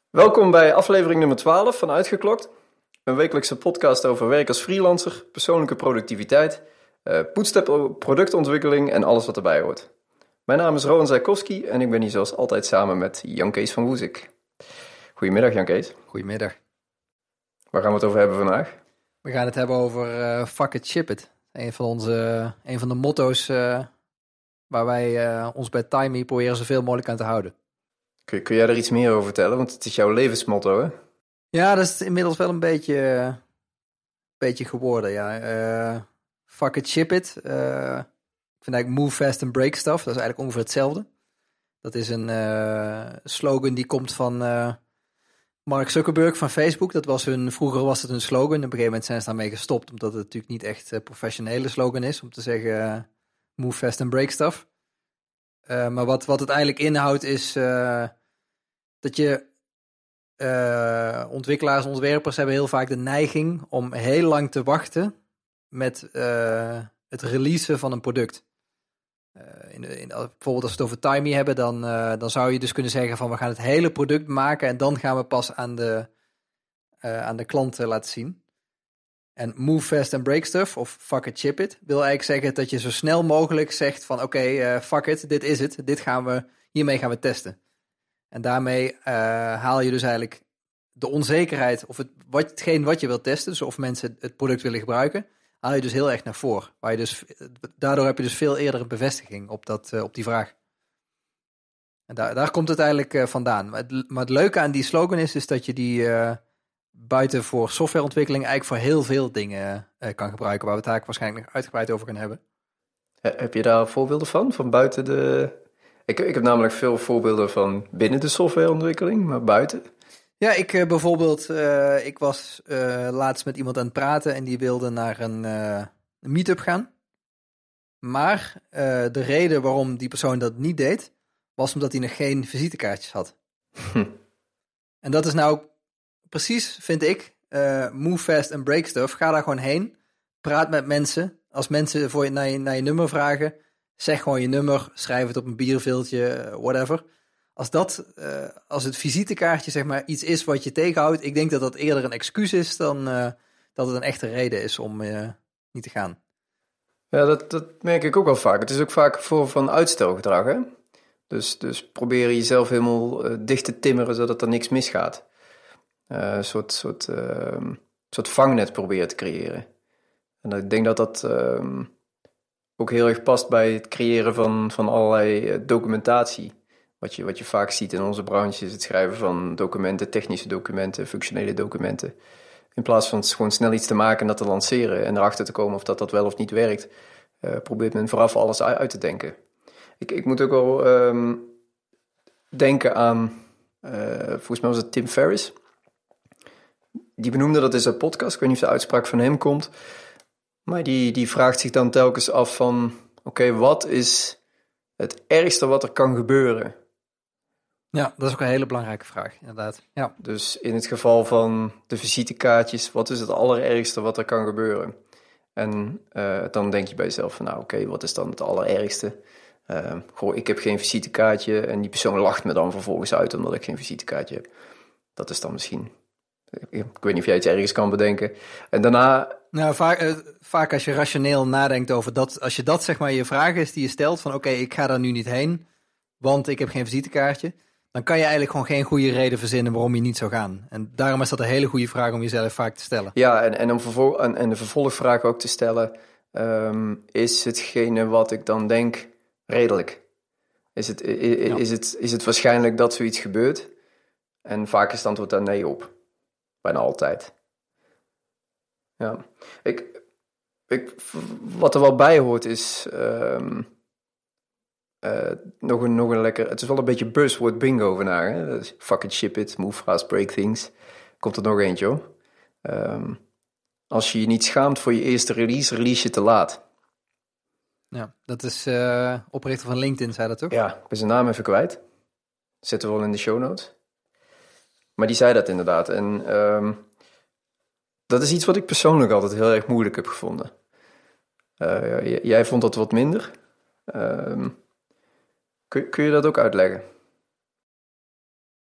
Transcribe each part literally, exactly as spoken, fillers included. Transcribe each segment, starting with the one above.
Welkom bij aflevering nummer twaalf van Uitgeklokt. Een wekelijkse podcast over werk als freelancer, persoonlijke productiviteit, uh, bootstrap productontwikkeling en alles wat erbij hoort. Mijn naam is Rowan Zijkowski en ik ben hier zoals altijd samen met Jan Kees van Woezik. Goedemiddag Jan Kees. Goedemiddag. Waar gaan we het over hebben vandaag? We gaan het hebben over uh, fuck it, ship it. Een van, onze, een van de motto's uh, waar wij uh, ons bij Timey proberen zoveel mogelijk aan te houden. Kun, kun jij er iets meer over vertellen? Want het is jouw levensmotto, hè? Ja, dat is inmiddels wel een beetje, uh, beetje geworden, ja. Uh, fuck it, ship it. Uh, ik vind eigenlijk move fast and break stuff. Dat is eigenlijk ongeveer hetzelfde. Dat is een uh, slogan die komt van uh, Mark Zuckerberg van Facebook. Dat was hun, vroeger was het een slogan. Op een gegeven moment zijn ze daarmee gestopt. Omdat het natuurlijk niet echt een professionele slogan is. Om te zeggen uh, move fast and break stuff. Uh, maar wat, wat het eigenlijk inhoudt is uh, dat je uh, ontwikkelaars en ontwerpers hebben heel vaak de neiging om heel lang te wachten met uh, het releasen van een product. Uh, in de, in, bijvoorbeeld als we het over Timey hebben, dan, uh, dan zou je dus kunnen zeggen van we gaan het hele product maken en dan gaan we pas aan de, uh, aan de klant uh, laten zien. En move fast and break stuff, of fuck it, ship it, wil eigenlijk zeggen dat je zo snel mogelijk zegt van oké, okay, uh, fuck it, dit is het, dit gaan we, hiermee gaan we testen. En daarmee uh, haal je dus eigenlijk de onzekerheid of het, wat, hetgeen wat je wilt testen, dus of mensen het product willen gebruiken, haal je dus heel erg naar voren. Waar je dus, daardoor heb je dus veel eerder een bevestiging op, dat, uh, op die vraag. En daar, daar komt het eigenlijk uh, vandaan. Maar het, maar het leuke aan die slogan is, is dat je die uh, buiten voor softwareontwikkeling eigenlijk voor heel veel dingen uh, kan gebruiken, waar we het eigenlijk waarschijnlijk nog uitgebreid over gaan hebben. Heb je daar voorbeelden van, van buiten de... Ik, ik heb namelijk veel voorbeelden van binnen de softwareontwikkeling, maar buiten... Ja, ik uh, bijvoorbeeld, uh, ik was uh, laatst met iemand aan het praten en die wilde naar een, uh, een meetup gaan. Maar uh, de reden waarom die persoon dat niet deed, was omdat hij nog geen visitekaartjes had. Hm. En dat is nou precies, vind ik, uh, move fast and break stuff. Ga daar gewoon heen, praat met mensen. Als mensen voor je, naar, je, naar je nummer vragen, zeg gewoon je nummer, schrijf het op een bierviltje, whatever. Als dat, uh, als het visitekaartje zeg maar iets is wat je tegenhoudt, ik denk dat dat eerder een excuus is dan uh, dat het een echte reden is om uh, niet te gaan. Ja, dat, dat merk ik ook wel vaak. Het is ook vaak een vorm van uitstelgedrag, hè? Dus, dus probeer jezelf helemaal uh, dicht te timmeren, zodat er niks misgaat. Uh, een soort, soort, uh, soort vangnet proberen te creëren. En ik denk dat dat uh, ook heel erg past bij het creëren van, van allerlei uh, documentatie. Wat je, wat je vaak ziet in onze branche is het schrijven van documenten, technische documenten, functionele documenten. In plaats van gewoon snel iets te maken en dat te lanceren en erachter te komen of dat, dat wel of niet werkt, uh, probeert men vooraf alles uit te denken. Ik, ik moet ook wel um, denken aan, uh, volgens mij was het Tim Ferriss. Die benoemde dat in zijn podcast, ik weet niet of de uitspraak van hem komt. Maar die, die vraagt zich dan telkens af van, oké, okay, wat is het ergste wat er kan gebeuren? Ja, dat is ook een hele belangrijke vraag, inderdaad. Ja. Dus in het geval van de visitekaartjes, wat is het allerergste wat er kan gebeuren? En uh, dan denk je bij jezelf van, nou oké, okay, wat is dan het allerergste? Uh, goh, ik heb geen visitekaartje en die persoon lacht me dan vervolgens uit omdat ik geen visitekaartje heb. Dat is dan misschien, ik weet niet of jij iets ergens kan bedenken. En daarna... Nou, vaak, uh, vaak als je rationeel nadenkt over dat, als je dat zeg maar je vraag is die je stelt van oké, okay, ik ga daar nu niet heen, want ik heb geen visitekaartje. Dan kan je eigenlijk gewoon geen goede reden verzinnen waarom je niet zou gaan. En daarom is dat een hele goede vraag om jezelf vaak te stellen. Ja, en, en, om vervol- en, en de vervolgvraag ook te stellen, um, is hetgene wat ik dan denk redelijk? Is het, is, is, ja. is, het, is het waarschijnlijk dat zoiets gebeurt? En vaak is het antwoord daar nee op. Bijna altijd. Ja. Ik, ik, wat er wel bij hoort is... Um, Uh, nog, een, nog een lekker... Het is wel een beetje buzzword bingo vandaag. Hè? Dus fuck it, ship it, move fast, break things. Komt er nog eentje, hoor. Um, als je je niet schaamt voor je eerste release, release je te laat. Ja, dat is uh, oprichter van LinkedIn, zei dat toch? Ja, ik ben zijn naam even kwijt. Zetten we wel in de show notes. Maar die zei dat inderdaad. En um, dat is iets wat ik persoonlijk altijd heel erg moeilijk heb gevonden. Uh, j- jij vond dat wat minder. Um, kun, kun je dat ook uitleggen?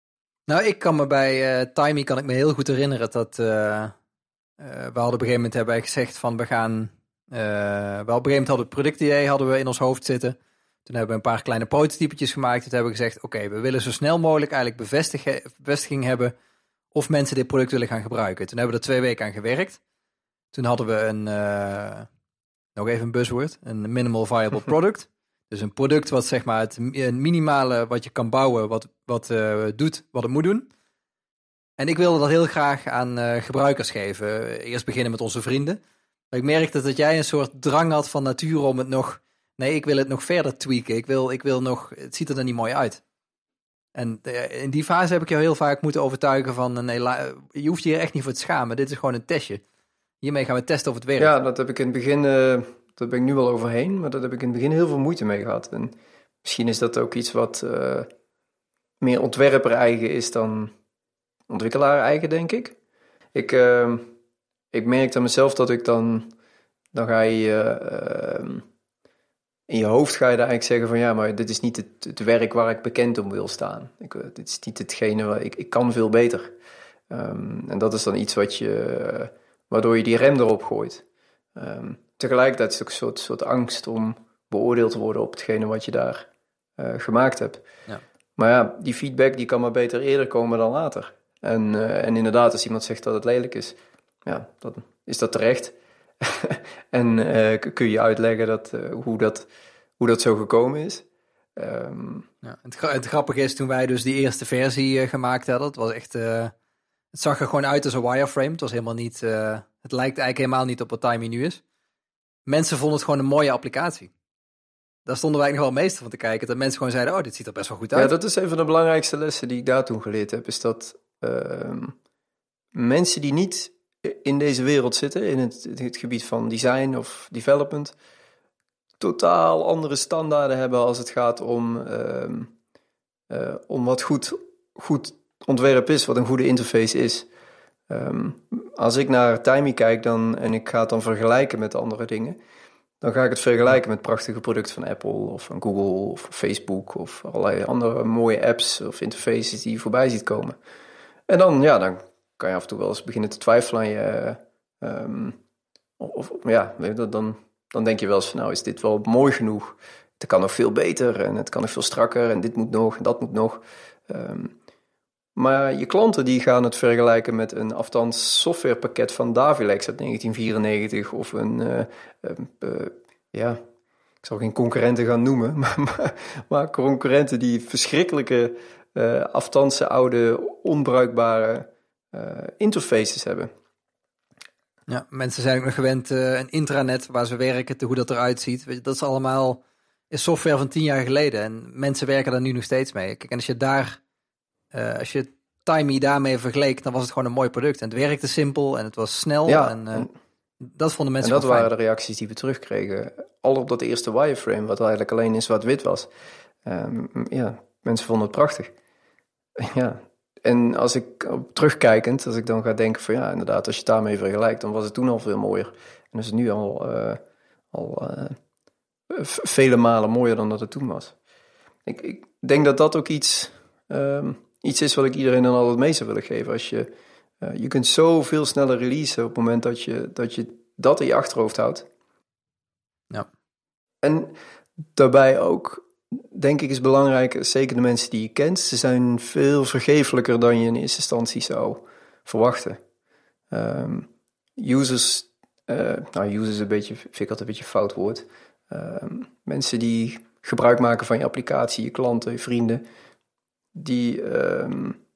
Nou, ik kan me bij uh, Timey kan ik me heel goed herinneren dat uh, uh, we hadden op een gegeven moment hebben wij gezegd van we gaan, uh, we op een gegeven moment hadden het productidee hadden we in ons hoofd zitten. Toen hebben we een paar kleine prototypetjes gemaakt. Toen hebben we gezegd, oké, okay, we willen zo snel mogelijk eigenlijk bevestig- bevestiging hebben of mensen dit product willen gaan gebruiken. Toen hebben we er twee weken aan gewerkt. Toen hadden we een, uh, nog even een buzzword, een minimal viable product. Dus een product wat zeg maar het minimale wat je kan bouwen, wat, wat uh, doet wat het moet doen. En ik wilde dat heel graag aan uh, gebruikers geven. Eerst beginnen met onze vrienden. Maar ik merkte dat jij een soort drang had van nature om het nog... Nee, ik wil het nog verder tweaken. Ik wil, ik wil nog... Het ziet er dan niet mooi uit. En uh, in die fase heb ik jou heel vaak moeten overtuigen van... Nee, la, je hoeft je hier echt niet voor te schamen. Dit is gewoon een testje. Hiermee gaan we testen of het werkt. Ja, dat heb ik in het begin... Uh... Daar ben ik nu wel overheen, maar daar heb ik in het begin heel veel moeite mee gehad. En misschien is dat ook iets wat uh, meer ontwerper eigen is dan ontwikkelaar eigen, denk ik. Ik, uh, ik merkte aan mezelf dat ik dan... Dan ga je... Uh, in je hoofd ga je daar eigenlijk zeggen van... Ja, maar dit is niet het, het werk waar ik bekend om wil staan. Ik, uh, dit is niet hetgene waar ik... Ik kan veel beter. Um, en dat is dan iets wat je... Uh, waardoor je die rem erop gooit. Um, Tegelijkertijd is het ook een soort, soort angst om beoordeeld te worden op hetgene wat je daar uh, gemaakt hebt. Ja. Maar ja, die feedback die kan maar beter eerder komen dan later. En, uh, en inderdaad, als iemand zegt dat het lelijk is, ja, dan is dat terecht. en uh, kun je uitleggen dat, uh, hoe, dat, hoe dat zo gekomen is. Um, ja, het, het grappige is, toen wij dus die eerste versie uh, gemaakt hadden, het was echt... Uh, het zag er gewoon uit als een wireframe. Het was helemaal niet... Uh, het lijkt eigenlijk helemaal niet op wat Timey nu is. Mensen vonden het gewoon een mooie applicatie. Daar stonden wij nog wel meestal van te kijken. Dat mensen gewoon zeiden, oh, dit ziet er best wel goed uit. Ja, dat is een van de belangrijkste lessen die ik daar toen geleerd heb. Is dat uh, mensen die niet in deze wereld zitten, in het, het gebied van design of development, totaal andere standaarden hebben als het gaat om, uh, uh, om wat goed, goed ontwerp is, wat een goede interface is. Um, als ik naar Timey kijk dan, en ik ga het dan vergelijken met andere dingen, dan ga ik het vergelijken met prachtige producten van Apple of van Google of Facebook of allerlei andere mooie apps of interfaces die je voorbij ziet komen. En dan, ja, dan kan je af en toe wel eens beginnen te twijfelen aan je... Um, of, ja, dan, dan denk je wel eens van, nou, is dit wel mooi genoeg? Het kan nog veel beter en het kan nog veel strakker en dit moet nog en dat moet nog. Um, Maar je klanten die gaan het vergelijken met een afstands softwarepakket van Davilex uit negentien vierennegentig of een, uh, uh, uh, ja, ik zal geen concurrenten gaan noemen, maar, maar, maar concurrenten die verschrikkelijke uh, afstandse, oude, onbruikbare uh, interfaces hebben. Ja, mensen zijn ook nog gewend uh, een intranet waar ze werken, hoe dat eruit ziet. Weet je, dat is allemaal is software van tien jaar geleden en mensen werken daar nu nog steeds mee. Kijk, en als je daar Uh, als je Timey daarmee vergeleek, dan was het gewoon een mooi product. En het werkte simpel en het was snel. Ja, en, uh, en dat vonden mensen En dat waren fijn. De reacties die we terugkregen. Al op dat eerste wireframe, wat eigenlijk alleen in zwart-wit was. Um, ja, mensen vonden het prachtig. Ja. En als ik terugkijkend, als ik dan ga denken van ja, inderdaad, als je het daarmee vergelijkt, dan was het toen al veel mooier. En is het nu al, uh, al uh, vele malen mooier dan dat het toen was. Ik, ik denk dat dat ook iets... Um, iets is wat ik iedereen dan altijd mee zou willen geven. Als je, uh, je kunt zoveel sneller releasen op het moment dat je dat, je dat in je achterhoofd houdt. Ja. En daarbij ook, denk ik, is belangrijk, zeker de mensen die je kent, ze zijn veel vergeeflijker dan je in eerste instantie zou verwachten. Um, users, uh, nou users is een beetje, vind ik altijd een beetje een fout woord. Um, mensen die gebruik maken van je applicatie, je klanten, je vrienden, Die, um,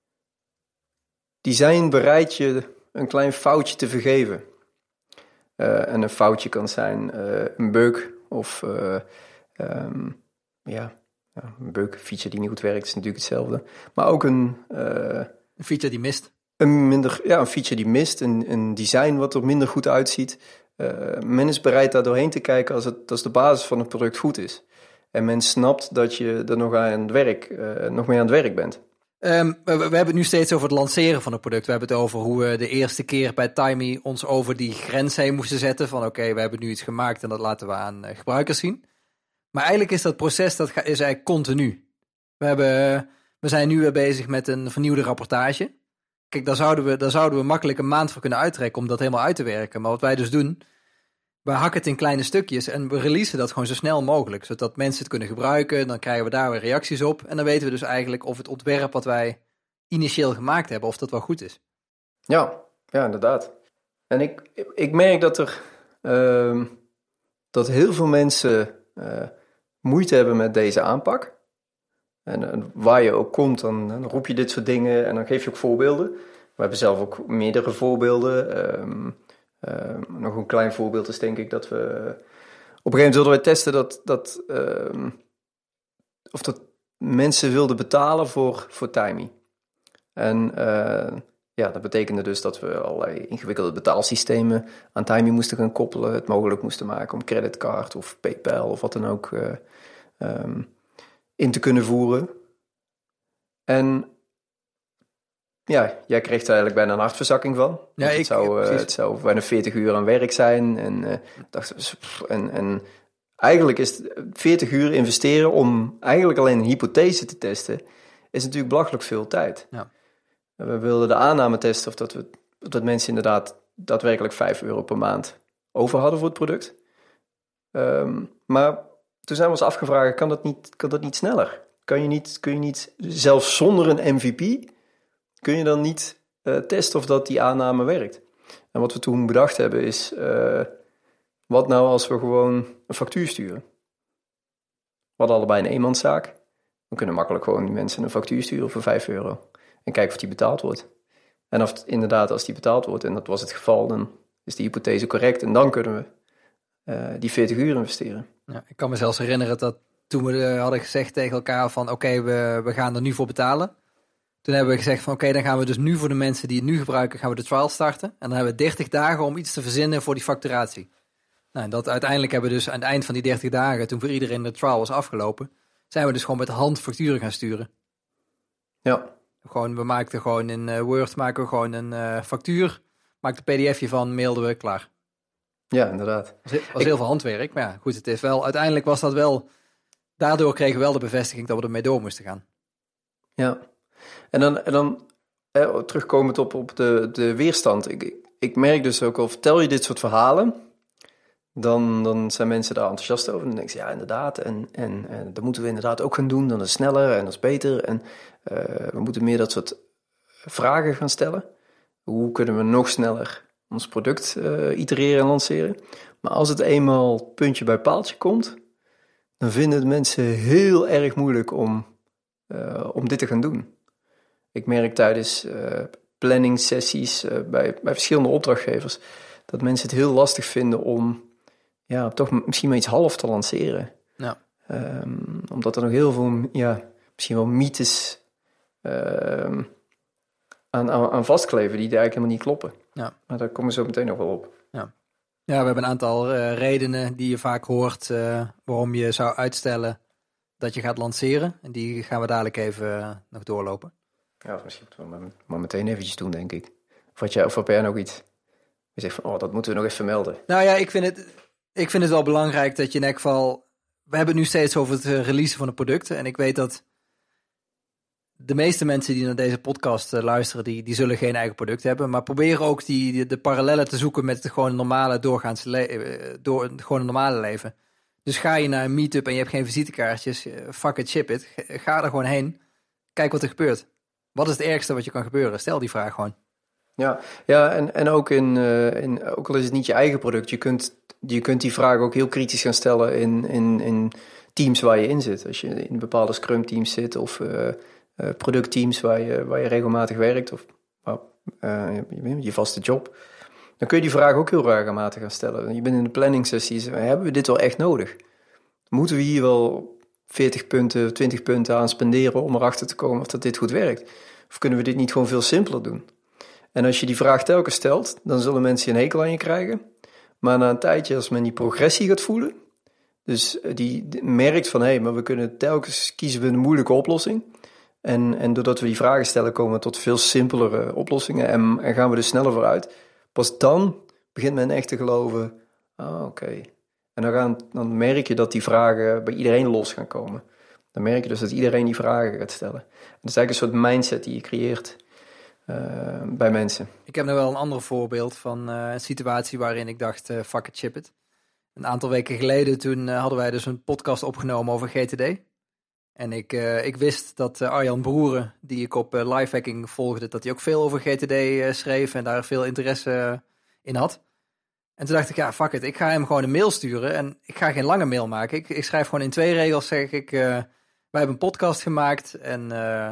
die zijn bereid je een klein foutje te vergeven. Uh, en een foutje kan zijn uh, een bug of uh, um, ja, een bug, een feature die niet goed werkt, is natuurlijk hetzelfde. Maar ook een... Uh, een feature die mist. Een, minder, ja, een feature die mist, een, een design wat er minder goed uitziet. Uh, men is bereid daar doorheen te kijken als, het, als de basis van het product goed is. En men snapt dat je er nog, aan het werk, uh, nog mee aan het werk bent. Um, we, we hebben het nu steeds over het lanceren van het product. We hebben het over hoe we de eerste keer bij Timey ons over die grens heen moesten zetten. Van oké, okay, we hebben nu iets gemaakt en dat laten we aan uh, gebruikers zien. Maar eigenlijk is dat proces dat ga, is eigenlijk continu. We hebben, we zijn nu weer bezig met een vernieuwde rapportage. Kijk, daar zouden we, daar zouden we makkelijk een maand voor kunnen uittrekken om dat helemaal uit te werken. Maar wat wij dus doen, we hakken het in kleine stukjes en we releasen dat gewoon zo snel mogelijk. Zodat mensen het kunnen gebruiken, dan krijgen we daar weer reacties op. En dan weten we dus eigenlijk of het ontwerp wat wij initieel gemaakt hebben, of dat wel goed is. Ja, ja, inderdaad. En ik, ik merk dat er uh, dat heel veel mensen uh, moeite hebben met deze aanpak. En, en waar je ook komt, dan, dan roep je dit soort dingen en dan geef je ook voorbeelden. We hebben zelf ook meerdere voorbeelden. Um, um, nog een klein voorbeeld is denk ik dat we... Op een gegeven moment wilden wij testen dat, dat, um, of dat mensen wilden betalen voor, voor Timey. En uh, ja, dat betekende dus dat we allerlei ingewikkelde betaalsystemen aan Timey moesten gaan koppelen. Het mogelijk moesten maken om creditcard of PayPal of wat dan ook uh, um, in te kunnen voeren. En ja, jij kreeg er eigenlijk bijna een hartverzakking van. Ja, het, ik, zou, uh, het zou bijna veertig uur aan werk zijn. En, uh, dacht, en, en eigenlijk is het veertig uur investeren om eigenlijk alleen een hypothese te testen, is natuurlijk belachelijk veel tijd. Ja. We wilden de aanname testen of dat, we, of dat mensen inderdaad daadwerkelijk vijf euro per maand over hadden voor het product. Um, maar toen zijn we ons afgevraagd, kan dat niet, kan dat niet sneller? Kan je niet, kun je niet, zelfs zonder een M V P, kun je dan niet uh, testen of dat die aanname werkt? En wat we toen bedacht hebben is, uh, wat nou als we gewoon een factuur sturen? We hadden allebei een eenmanszaak. We kunnen makkelijk gewoon die mensen een factuur sturen voor vijf euro. En kijken of die betaald wordt. En of het, inderdaad, als die betaald wordt, en dat was het geval, dan is die hypothese correct. En dan kunnen we uh, die veertig uur investeren. Ja, ik kan me zelfs herinneren dat toen we uh, hadden gezegd tegen elkaar van oké, okay, we, we gaan er nu voor betalen. Toen hebben we gezegd van oké, okay, dan gaan we dus nu voor de mensen die het nu gebruiken, gaan we de trial starten. En dan hebben we dertig dagen om iets te verzinnen voor die facturatie. Nou, en dat uiteindelijk hebben we dus aan het eind van die dertig dagen, toen voor iedereen de trial was afgelopen, zijn we dus gewoon met de hand facturen gaan sturen. Ja. Gewoon, we maakten gewoon in uh, Word maken we gewoon een uh, factuur, maakten een pdfje van, mailden we, klaar. Ja, inderdaad. Het was, was heel veel handwerk, maar ja, goed, het is wel, uiteindelijk was dat wel, daardoor kregen we wel de bevestiging dat we ermee door moesten gaan. Ja, en dan, en dan eh, terugkomend op, op de, de weerstand. Ik, ik merk dus ook al, vertel je dit soort verhalen, dan, dan zijn mensen daar enthousiast over. Dan denken ze, ja, inderdaad, en, en, en dat moeten we inderdaad ook gaan doen, dan is het sneller en dat is beter. En uh, we moeten meer dat soort vragen gaan stellen. Hoe kunnen we nog sneller ons product uh, itereren en lanceren? Maar als het eenmaal puntje bij paaltje komt, dan vinden het mensen heel erg moeilijk om, uh, om dit te gaan doen. Ik merk tijdens uh, planning sessies uh, bij, bij verschillende opdrachtgevers dat mensen het heel lastig vinden om ja, toch misschien maar iets half te lanceren. Ja. Um, omdat er nog heel veel, ja, misschien wel mythes uh, aan, aan, aan vastkleven die eigenlijk helemaal niet kloppen. Ja. Maar daar komen we zo meteen nog wel op. Ja, ja we hebben een aantal uh, redenen die je vaak hoort uh, waarom je zou uitstellen dat je gaat lanceren. En die gaan we dadelijk even uh, nog doorlopen. Ja, misschien moeten we maar, maar meteen eventjes doen, denk ik. Of had jij, of heb jij nog iets? Je zegt van, oh, dat moeten we nog even melden. Nou ja, ik vind het, ik vind het wel belangrijk dat je in elk geval... We hebben het nu steeds over het uh, releasen van de producten. En ik weet dat de meeste mensen die naar deze podcast uh, luisteren, die, die zullen geen eigen product hebben. Maar probeer ook die, die, de parallellen te zoeken met het gewoon normale doorgaans le- uh, door, gewoon een normale leven. Dus ga je naar een meetup en je hebt geen visitekaartjes, uh, fuck it, ship it. Ga er gewoon heen. Kijk wat er gebeurt. Wat is het ergste wat je kan gebeuren? Stel die vraag gewoon. Ja, ja en, en ook, in, uh, in, ook al is het niet je eigen product, je kunt, je kunt die vraag ook heel kritisch gaan stellen in, in, in teams waar je in zit. Als je in bepaalde scrum teams zit of uh, uh, productteams waar je, waar je regelmatig werkt of uh, je, je vaste job, dan kun je die vraag ook heel regelmatig gaan stellen. Je bent in de planning sessies, hebben we dit wel echt nodig? Moeten we hier wel veertig punten, twintig punten aan spenderen om erachter te komen of dat dit goed werkt? Of kunnen we dit niet gewoon veel simpeler doen? En als je die vraag telkens stelt, dan zullen mensen een hekel aan je krijgen. Maar na een tijdje, als men die progressie gaat voelen, dus die, die merkt van, hé, hey, maar we kunnen telkens kiezen we een moeilijke oplossing. En, en doordat we die vragen stellen, komen we tot veel simpelere oplossingen en, en gaan we er sneller vooruit. Pas dan begint men echt te geloven, ah, oké. Okay. En dan, gaan, dan merk je dat die vragen bij iedereen los gaan komen. Dan merk je dus dat iedereen die vragen gaat stellen. Het is eigenlijk een soort mindset die je creëert uh, bij mensen. Ik heb nu wel een ander voorbeeld van uh, een situatie waarin ik dacht, uh, fuck it, chip it. Een aantal weken geleden toen uh, hadden wij dus een podcast opgenomen over G T D. En ik, uh, ik wist dat uh, Arjan Broeren, die ik op uh, Lifehacking volgde, dat hij ook veel over G T D uh, schreef en daar veel interesse uh, in had. En toen dacht ik, ja, fuck it, ik ga hem gewoon een mail sturen en ik ga geen lange mail maken. Ik, ik schrijf gewoon in twee regels, zeg ik, uh, wij hebben een podcast gemaakt en uh,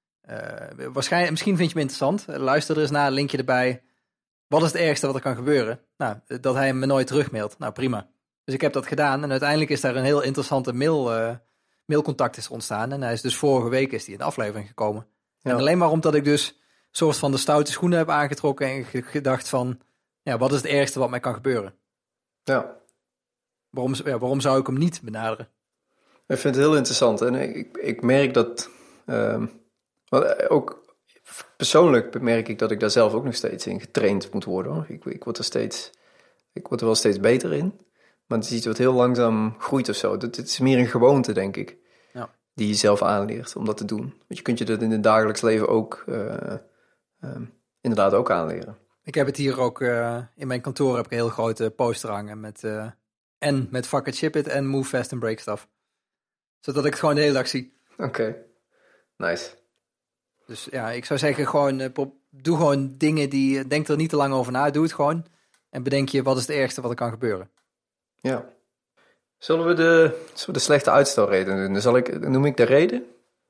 uh, waarschijnlijk, misschien vind je hem interessant. Luister er eens naar, linkje erbij. Wat is het ergste wat er kan gebeuren? Nou, dat hij me nooit terugmailt. Nou, prima. Dus ik heb dat gedaan en uiteindelijk is daar een heel interessante mail, uh, mailcontact is ontstaan. En hij is dus vorige week is die in de aflevering gekomen. Ja. En alleen maar omdat ik dus een soort van de stoute schoenen heb aangetrokken en gedacht van, ja, wat is het ergste wat mij kan gebeuren? Ja. Waarom, ja, waarom zou ik hem niet benaderen? Ik vind het heel interessant. En ik, ik merk dat, uh, ook persoonlijk merk ik dat ik daar zelf ook nog steeds in getraind moet worden. Hoor. Ik, ik, word er steeds, ik word er wel steeds beter in. Maar het is iets wat heel langzaam groeit of zo. Het is meer een gewoonte, denk ik. Ja. Die je zelf aanleert om dat te doen. Want je kunt je dat in het dagelijks leven ook uh, uh, inderdaad ook aanleren. Ik heb het hier ook, uh, in mijn kantoor heb ik een heel grote poster hangen met, uh, en met fuck it, ship it en move fast and break stuff. Zodat ik het gewoon de hele dag zie. Oké, okay. Nice. Dus ja, ik zou zeggen gewoon, uh, doe gewoon dingen die, denk er niet te lang over na, doe het gewoon. En bedenk je, wat is het ergste wat er kan gebeuren? Ja. Zullen we de, zullen we de slechte uitstelreden doen? Dan, zal ik, dan noem ik de reden.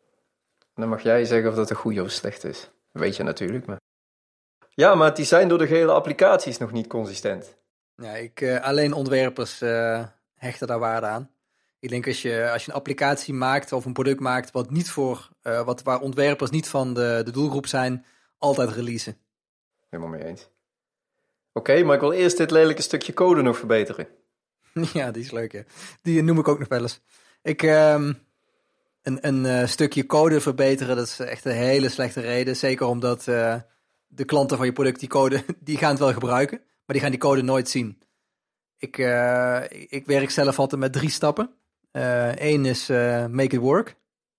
En dan mag jij zeggen of dat een goede of slecht is. Dat weet je natuurlijk, maar... Ja, maar het design door de gehele applicatie is nog niet consistent. Ja, ik, uh, alleen ontwerpers uh, hechten daar waarde aan. Ik denk als je, als je een applicatie maakt of een product maakt wat niet voor, uh, wat, waar ontwerpers niet van de, de doelgroep zijn, altijd releasen. Helemaal mee eens. Oké, okay, maar ik wil eerst dit lelijke stukje code nog verbeteren. Ja, die is leuk, hè. Die noem ik ook nog wel eens. Ik, um, een, een uh, stukje code verbeteren, dat is echt een hele slechte reden. Zeker omdat uh, de klanten van je product die code, die gaan het wel gebruiken, maar die gaan die code nooit zien. Ik, uh, ik werk zelf altijd met drie stappen. Eén uh, is uh, make it work.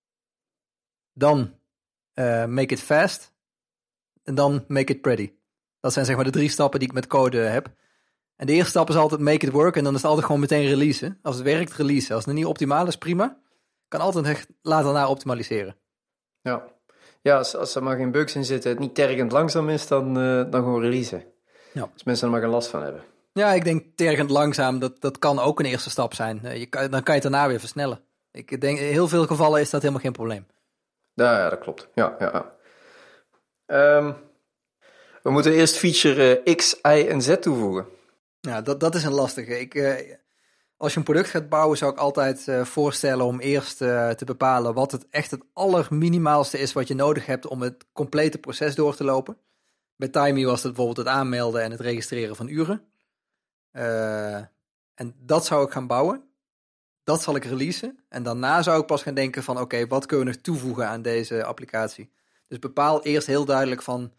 Dan uh, make it fast. En dan make it pretty. Dat zijn zeg maar de drie stappen die ik met code heb. En de eerste stap is altijd make it work. En dan is het altijd gewoon meteen releasen. Als het werkt, releasen. Als het niet optimaal is, prima. Kan altijd later daarna optimaliseren. Ja, ja als, als er maar geen bugs in zitten, het niet tergend langzaam is, dan, uh, dan gewoon releasen. Ja. Als mensen er maar geen last van hebben. Ja, ik denk tergend langzaam, dat, dat kan ook een eerste stap zijn. Je kan, dan kan je het daarna weer versnellen. Ik denk, in heel veel gevallen is dat helemaal geen probleem. Ja, ja dat klopt. Ja, ja. Um, we moeten eerst feature uh, X, Y en Z toevoegen. Ja, dat, dat is een lastige. Ik, uh, als je een product gaat bouwen, zou ik altijd uh, voorstellen om eerst uh, te bepalen wat het echt het allerminimaalste is wat je nodig hebt om het complete proces door te lopen. Bij Timey was het bijvoorbeeld het aanmelden en het registreren van uren. Uh, en dat zou ik gaan bouwen. Dat zal ik releasen. En daarna zou ik pas gaan denken van oké, okay, wat kunnen we nog toevoegen aan deze applicatie? Dus bepaal eerst heel duidelijk van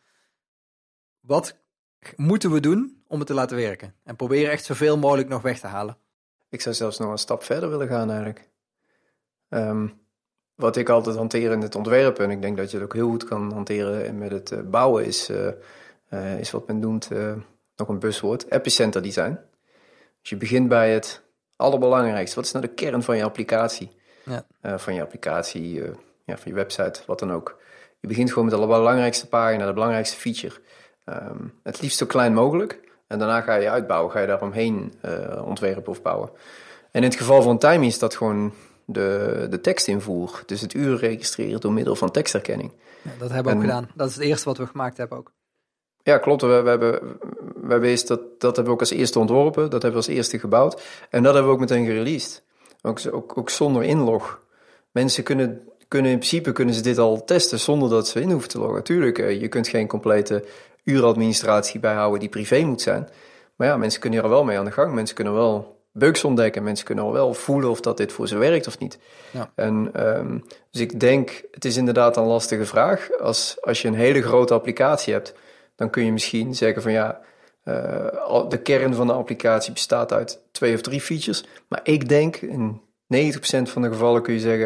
wat moeten we doen om het te laten werken? En probeer echt zoveel mogelijk nog weg te halen. Ik zou zelfs nog een stap verder willen gaan eigenlijk. Um, wat ik altijd hanteer in het ontwerpen, en ik denk dat je het ook heel goed kan hanteren met het uh, bouwen, is, uh, uh, is wat men noemt, uh, nog een buzzwoord, epicenter design. Dus je begint bij het allerbelangrijkste. Wat is nou de kern van je applicatie? Ja. Uh, van je applicatie, uh, ja, van je website, wat dan ook. Je begint gewoon met de belangrijkste pagina, de belangrijkste feature. Um, het liefst zo klein mogelijk. En daarna ga je uitbouwen, ga je daaromheen uh, ontwerpen of bouwen. En in het geval van Timey is dat gewoon de, de tekstinvoer. Dus het uur registreren door middel van tekstherkenning. Ja, dat hebben we en, ook gedaan. Dat is het eerste wat we gemaakt hebben ook. Ja, klopt. We, we, hebben, we hebben eerst dat, dat hebben we ook als eerste ontworpen. Dat hebben we als eerste gebouwd. En dat hebben we ook meteen gereleased. Ook, ook, ook zonder inlog. Mensen kunnen, kunnen in principe kunnen ze dit al testen zonder dat ze in hoeven te loggen. Tuurlijk, je kunt geen complete uuradministratie bijhouden die privé moet zijn. Maar ja, mensen kunnen er wel mee aan de gang. Mensen kunnen wel bugs ontdekken. Mensen kunnen al wel voelen of dat dit voor ze werkt of niet. Ja. En, um, dus ik denk, het is inderdaad een lastige vraag. Als, als je een hele grote applicatie hebt, dan kun je misschien zeggen van ja, uh, de kern van de applicatie bestaat uit twee of drie features. Maar ik denk, in negentig procent van de gevallen kun je zeggen,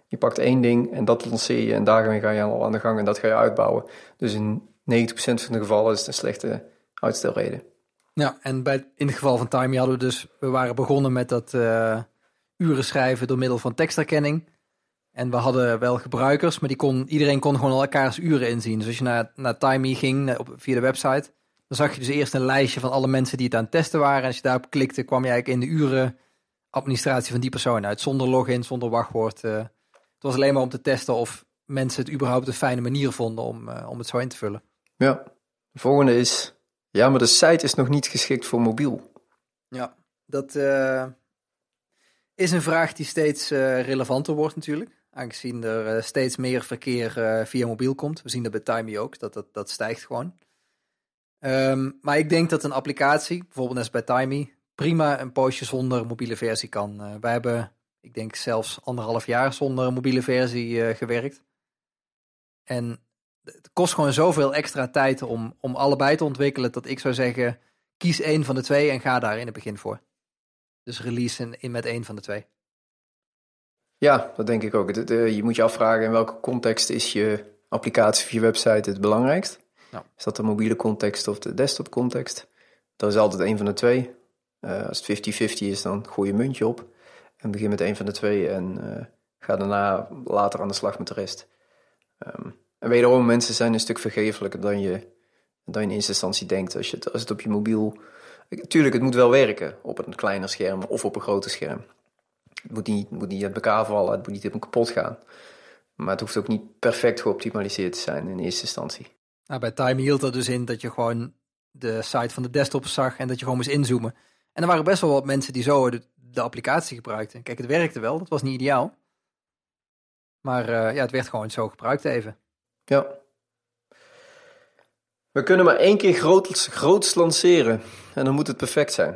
Je pakt één ding en dat lanceer je en daarmee ga je al aan de gang en dat ga je uitbouwen. Dus in negentig procent van de gevallen is het een slechte uitstelreden. Ja, en bij, in het geval van Timey hadden we dus, we waren begonnen met dat uh, uren schrijven door middel van tekstherkenning. En we hadden wel gebruikers, maar die kon, iedereen kon gewoon al elkaars uren inzien. Dus als je naar, naar Timey ging op, via de website, dan zag je dus eerst een lijstje van alle mensen die het aan het testen waren. En als je daarop klikte, kwam je eigenlijk in de uren administratie van die persoon uit. Zonder login, zonder wachtwoord. Uh, het was alleen maar om te testen of mensen het überhaupt een fijne manier vonden om, uh, om het zo in te vullen. Ja, de volgende is, ja, maar de site is nog niet geschikt voor mobiel. Ja, dat uh, is een vraag die steeds uh, relevanter wordt natuurlijk. Aangezien er uh, steeds meer verkeer uh, via mobiel komt. We zien dat bij Timey ook, dat, dat, dat stijgt gewoon. Um, maar ik denk dat een applicatie, bijvoorbeeld net als bij Timey, prima een poosje zonder mobiele versie kan. Uh, wij hebben, ik denk zelfs anderhalf jaar zonder een mobiele versie uh, gewerkt. En het kost gewoon zoveel extra tijd om, om allebei te ontwikkelen, dat ik zou zeggen, kies één van de twee en ga daar in het begin voor. Dus release in, in met één van de twee. Ja, dat denk ik ook. Je moet je afvragen in welke context is je applicatie of je website het belangrijkst. Nou. Is dat de mobiele context of de desktop context? Dat is altijd één van de twee. Uh, als het vijftig vijftig is, dan gooi je een muntje op. En begin met één van de twee en uh, ga daarna later aan de slag met de rest. Um, en wederom, mensen zijn een stuk vergeeflijker dan je, dan je in eerste instantie denkt. Als, je het, als het op je mobiel... Tuurlijk, het moet wel werken op een kleiner scherm of op een groter scherm. Het moet niet, het moet niet uit elkaar vallen, het moet niet helemaal kapot gaan. Maar het hoeft ook niet perfect geoptimaliseerd te zijn in eerste instantie. Nou, bij Timey hield dat dus in dat je gewoon de site van de desktop zag en dat je gewoon moest inzoomen. En er waren best wel wat mensen die zo de, de applicatie gebruikten. Kijk, het werkte wel, dat was niet ideaal. Maar uh, ja, het werd gewoon zo gebruikt even. Ja. We kunnen maar één keer groots, groots lanceren en dan moet het perfect zijn.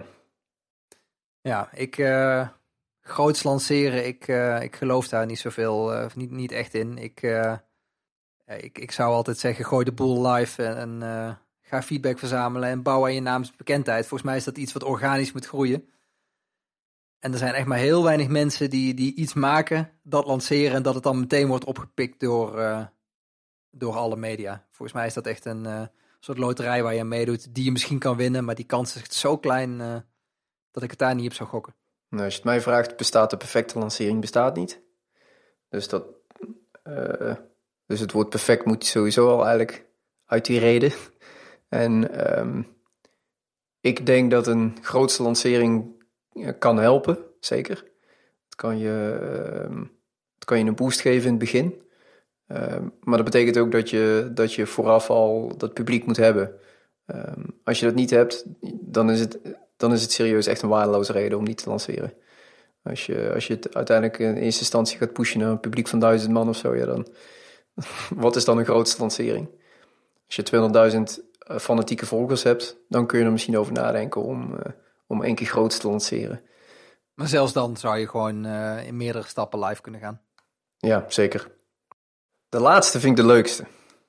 Ja, ik... Uh... Groots lanceren, ik, uh, ik geloof daar niet zoveel, uh, niet, niet echt in. Ik, uh, ik, ik zou altijd zeggen, gooi de boel live en, en uh, ga feedback verzamelen en bouw aan je naamsbekendheid. Volgens mij is dat iets wat organisch moet groeien. En er zijn echt maar heel weinig mensen die, die iets maken, dat lanceren en dat het dan meteen wordt opgepikt door, uh, door alle media. Volgens mij is dat echt een uh, soort loterij waar je aan meedoet, die je misschien kan winnen, maar die kans is echt zo klein uh, dat ik het daar niet op zou gokken. Nou, als je het mij vraagt, bestaat de perfecte lancering bestaat niet. Dus, dat, uh, dus het woord perfect moet sowieso al eigenlijk uit die reden. En um, ik denk dat een grootste lancering kan helpen, zeker. Het kan je, uh, het kan je een boost geven in het begin. Uh, maar dat betekent ook dat je, dat je vooraf al dat publiek moet hebben. Um, als je dat niet hebt, dan is het... dan is het serieus echt een waardeloze reden om niet te lanceren. Als je, als je het uiteindelijk in eerste instantie gaat pushen naar een publiek van duizend man of zo, ja dan... wat is dan een grootste lancering? Als je tweehonderdduizend fanatieke volgers hebt, dan kun je er misschien over nadenken om, uh, om één keer groots te lanceren. Maar zelfs dan zou je gewoon uh, in meerdere stappen live kunnen gaan. Ja, zeker. De laatste vind ik de leukste.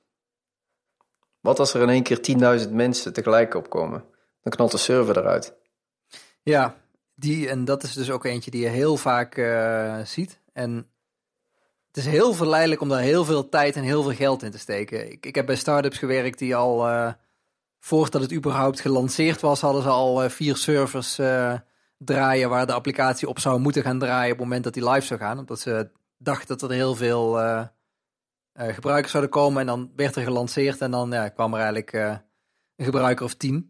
Wat als er in één keer tienduizend mensen tegelijk opkomen? Dan knalt de server eruit. Ja, die, en dat is dus ook eentje die je heel vaak uh, ziet. En het is heel verleidelijk om daar heel veel tijd en heel veel geld in te steken. Ik, ik heb bij startups gewerkt die al, uh, voordat het überhaupt gelanceerd was, hadden ze al uh, vier servers uh, draaien waar de applicatie op zou moeten gaan draaien op het moment dat die live zou gaan. Omdat ze dachten dat er heel veel uh, uh, gebruikers zouden komen en dan werd er gelanceerd en dan ja, kwam er eigenlijk uh, een gebruiker of tien.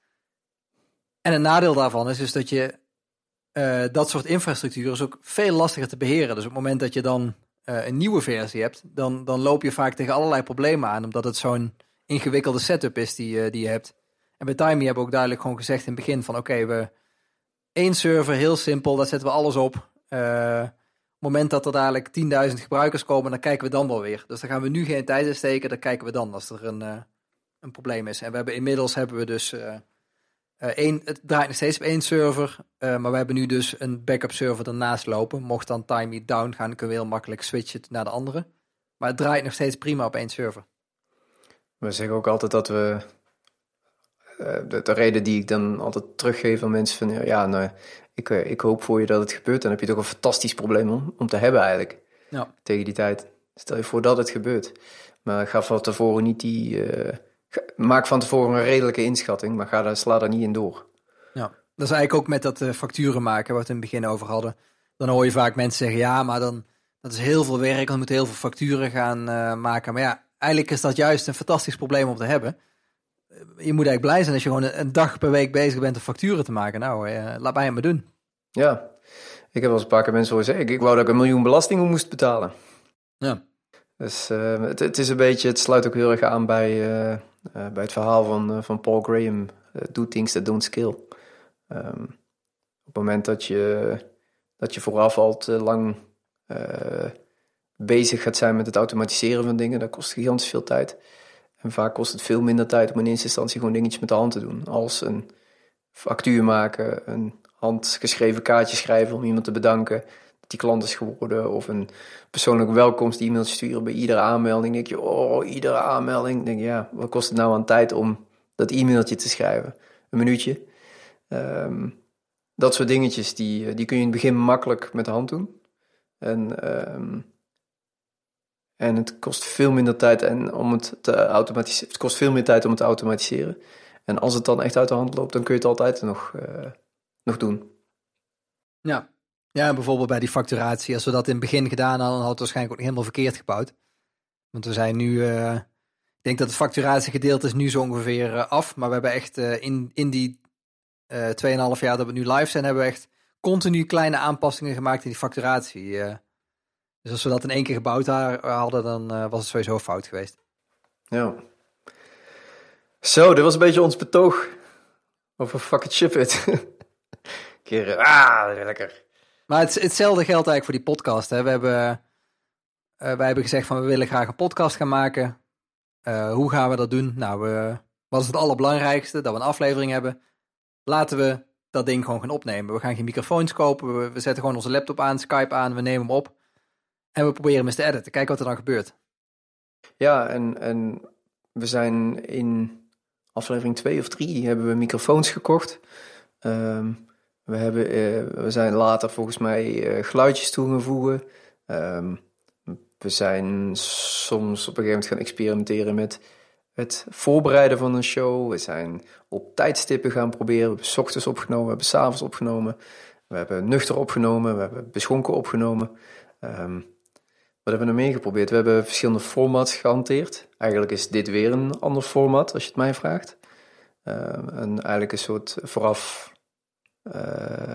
En een nadeel daarvan is dus dat je uh, dat soort infrastructuur is ook veel lastiger te beheren. Dus op het moment dat je dan uh, een nieuwe versie hebt, dan, dan loop je vaak tegen allerlei problemen aan, omdat het zo'n ingewikkelde setup is die, uh, die je hebt. En bij Timey hebben we ook duidelijk gewoon gezegd in het begin van oké, okay, we één server, heel simpel, daar zetten we alles op. Uh, op het moment dat er dadelijk tienduizend gebruikers komen, dan kijken we dan wel weer. Dus daar gaan we nu geen tijd in steken, dan kijken we dan als er een, uh, een probleem is. En we hebben inmiddels hebben we dus... Uh, Uh, één, het draait nog steeds op één server, uh, maar we hebben nu dus een backup server ernaast lopen. Mocht dan Timey down gaan, kunnen we heel makkelijk switchen naar de andere. Maar het draait nog steeds prima op één server. We zeggen ook altijd dat we... Uh, de, de reden die ik dan altijd teruggeef aan mensen van... Ja, nou, ik, uh, ik hoop voor je dat het gebeurt. Dan heb je toch een fantastisch probleem om, om te hebben eigenlijk. Ja. Tegen die tijd. Stel je voor dat het gebeurt. Maar ga van tevoren niet die... Uh, ga, maak van tevoren een redelijke inschatting, maar ga daar, sla daar niet in door. Ja, dat is eigenlijk ook met dat uh, facturen maken, waar we het in het begin over hadden. Dan hoor je vaak mensen zeggen, ja, maar dan dat is heel veel werk, dan moeten heel veel facturen gaan uh, maken. Maar ja, eigenlijk is dat juist een fantastisch probleem om te hebben. Je moet eigenlijk blij zijn als je gewoon een, een dag per week bezig bent om facturen te maken. Nou, uh, laat mij het maar doen. Ja, ik heb wel eens een paar keer mensen horen zeggen, ik wou dat ik een miljoen belastingen moest betalen. Ja. Dus uh, het, het is een beetje, het sluit ook heel erg aan bij, uh, uh, bij het verhaal van, uh, van Paul Graham. Uh, do things that don't skill. Um, op het moment dat je, dat je vooraf al te lang uh, bezig gaat zijn met het automatiseren van dingen, dat kost gigantisch veel tijd. En vaak kost het veel minder tijd om in eerste instantie gewoon dingetjes met de hand te doen. Als een factuur maken, een handgeschreven kaartje schrijven om iemand te bedanken dat die klant is geworden. Of een persoonlijk welkomst-e-mailtje sturen bij iedere aanmelding. Dan denk je, oh, iedere aanmelding. Dan denk je, ja, wat kost het nou aan tijd om dat e-mailtje te schrijven? Een minuutje. Um, dat soort dingetjes, die, die kun je in het begin makkelijk met de hand doen. En... Um, En het kost veel minder tijd en om het te automatiseren. Het kost veel meer tijd om het te automatiseren. En als het dan echt uit de hand loopt, dan kun je het altijd nog, uh, nog doen. Ja. Ja, bijvoorbeeld bij die facturatie. Als we dat in het begin gedaan hadden, dan had het waarschijnlijk ook helemaal verkeerd gebouwd. Want we zijn nu... Uh, ik denk dat het facturatiegedeelte is nu zo ongeveer uh, af. Maar we hebben echt uh, in, in die uh, twee en een half jaar dat we nu live zijn, hebben we echt continu kleine aanpassingen gemaakt in die facturatie. Uh, Dus als we dat in één keer gebouwd hadden, dan uh, was het sowieso fout geweest. Ja. Zo, dit was een beetje ons betoog over fuck it, ship it. Keer, ah, lekker. Maar het, hetzelfde geldt eigenlijk voor die podcast. Hè. We hebben, uh, wij hebben gezegd van we willen graag een podcast gaan maken. Uh, hoe gaan we dat doen? Nou, we, wat is het allerbelangrijkste? Dat we een aflevering hebben. Laten we dat ding gewoon gaan opnemen. We gaan geen microfoons kopen. We, we zetten gewoon onze laptop aan, Skype aan. We nemen hem op. En we proberen hem eens te editen. Kijken wat er dan gebeurt. Ja, en, en we zijn in aflevering twee of drie hebben we microfoons gekocht. Um, we, hebben, uh, we zijn later volgens mij uh, geluidjes toe gaan voegen. Um, we zijn soms op een gegeven moment gaan experimenteren met het voorbereiden van een show. We zijn op tijdstippen gaan proberen. We hebben 's ochtends opgenomen, we hebben 's avonds opgenomen. We hebben nuchter opgenomen, we hebben beschonken opgenomen. Um, Wat hebben we nog meer geprobeerd? We hebben verschillende formats gehanteerd. Eigenlijk is dit weer een ander format, als je het mij vraagt. Uh, en eigenlijk een soort vooraf, uh,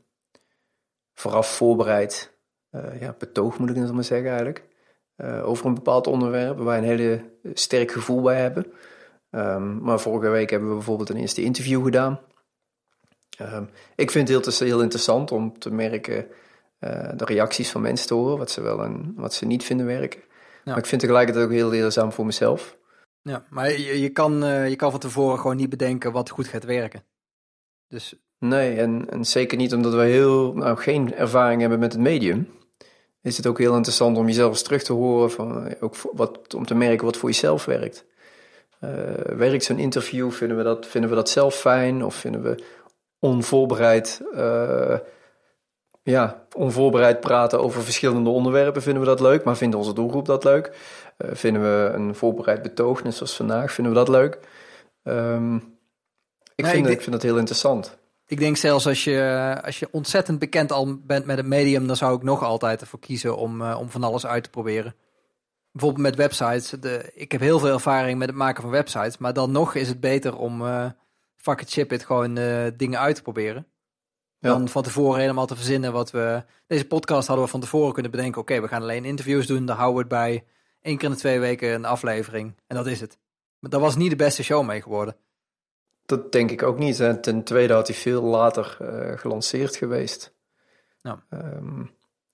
vooraf voorbereid uh, ja, betoog, moet ik het maar zeggen eigenlijk. Uh, over een bepaald onderwerp waar we een hele sterk gevoel bij hebben. Um, maar vorige week hebben we bijvoorbeeld een eerste interview gedaan. Um, ik vind het heel, heel interessant om te merken... Uh, de reacties van mensen te horen, wat ze wel en wat ze niet vinden werken. Ja. Maar ik vind tegelijkertijd ook heel leerzaam voor mezelf. Ja, maar je, je, kan, uh, je kan van tevoren gewoon niet bedenken wat goed gaat werken. Dus... Nee, en, en zeker niet omdat we heel, nou, geen ervaring hebben met het medium. Is het ook heel interessant om jezelf eens terug te horen, van, ook wat, om te merken wat voor jezelf werkt. Uh, werkt zo'n interview, vinden we, dat, vinden we dat zelf fijn? Of vinden we onvoorbereid... Uh, Ja, onvoorbereid praten over verschillende onderwerpen vinden we dat leuk, maar vindt onze doelgroep dat leuk? Uh, vinden we een voorbereid betoog, net zoals vandaag, vinden we dat leuk? Um, ik, nee, vind, ik, ik vind dat heel interessant. Ik denk zelfs als je, als je ontzettend bekend al bent met het medium, dan zou ik nog altijd ervoor kiezen om, uh, om van alles uit te proberen. Bijvoorbeeld met websites. De, ik heb heel veel ervaring met het maken van websites, maar dan nog is het beter om uh, fuck it, ship it, gewoon uh, dingen uit te proberen. Dan ja. van tevoren helemaal te verzinnen wat we... Deze podcast hadden we van tevoren kunnen bedenken. Oké, okay, we gaan alleen interviews doen. Daar houden we het bij. Eén keer in de twee weken een aflevering. En dat is het. Maar dat was niet de beste show mee geworden. Dat denk ik ook niet. Hè. Ten tweede had hij veel later uh, gelanceerd geweest. Ja. Um,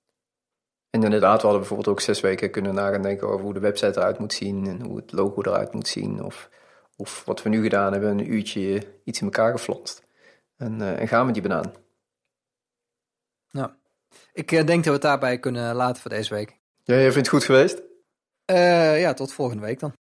en inderdaad, we hadden bijvoorbeeld ook zes weken kunnen na gaan denken over hoe de website eruit moet zien. En hoe het logo eruit moet zien. Of, of wat we nu gedaan hebben, een uurtje iets in elkaar geflanst. En, uh, en gaan met die banaan. Ja, ik uh, denk dat we het daarbij kunnen laten voor deze week. Ja, je vindt het goed geweest? Uh, ja, tot volgende week dan.